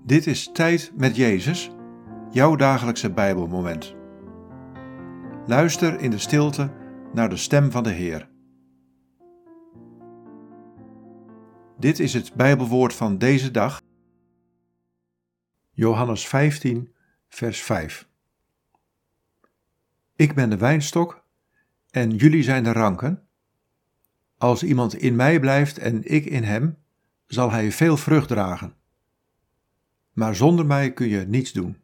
Dit is Tijd met Jezus, jouw dagelijkse Bijbelmoment. Luister in de stilte naar de stem van de Heer. Dit is het Bijbelwoord van deze dag. Johannes 15, vers 5. Ik ben de wijnstok en jullie zijn de ranken. Als iemand in mij blijft en ik in hem, zal hij veel vrucht dragen. Maar zonder mij kun je niets doen.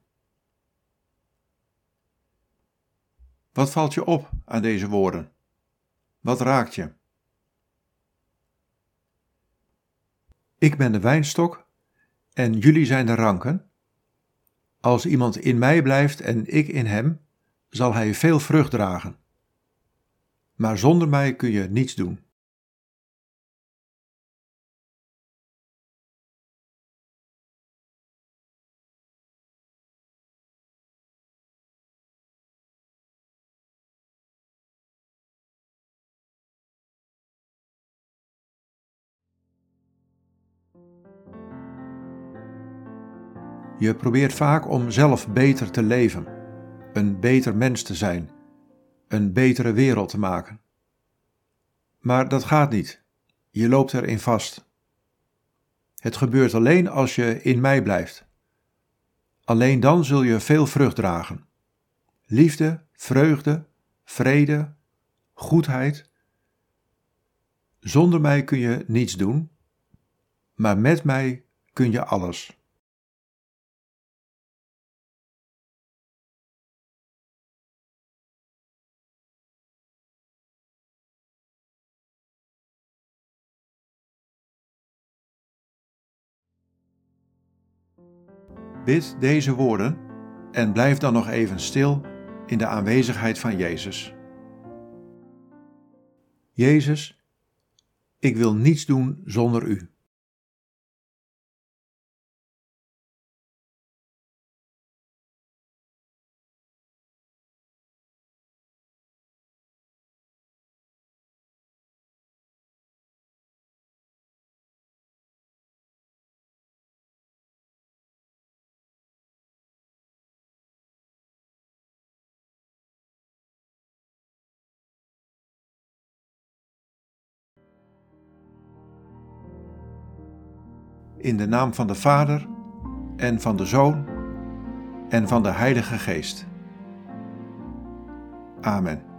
Wat valt je op aan deze woorden? Wat raakt je? Ik ben de wijnstok en jullie zijn de ranken. Als iemand in mij blijft en ik in hem, zal hij veel vrucht dragen. Maar zonder mij kun je niets doen. Je probeert vaak om zelf beter te leven, een beter mens te zijn, een betere wereld te maken. Maar dat gaat niet. Je loopt erin vast. Het gebeurt alleen als je in mij blijft. Alleen dan zul je veel vrucht dragen. Liefde, vreugde, vrede, goedheid. Zonder mij kun je niets doen, maar met mij kun je alles. Bid deze woorden en blijf dan nog even stil in de aanwezigheid van Jezus. Jezus, ik wil niets doen zonder U. In de naam van de Vader en van de Zoon en van de Heilige Geest. Amen.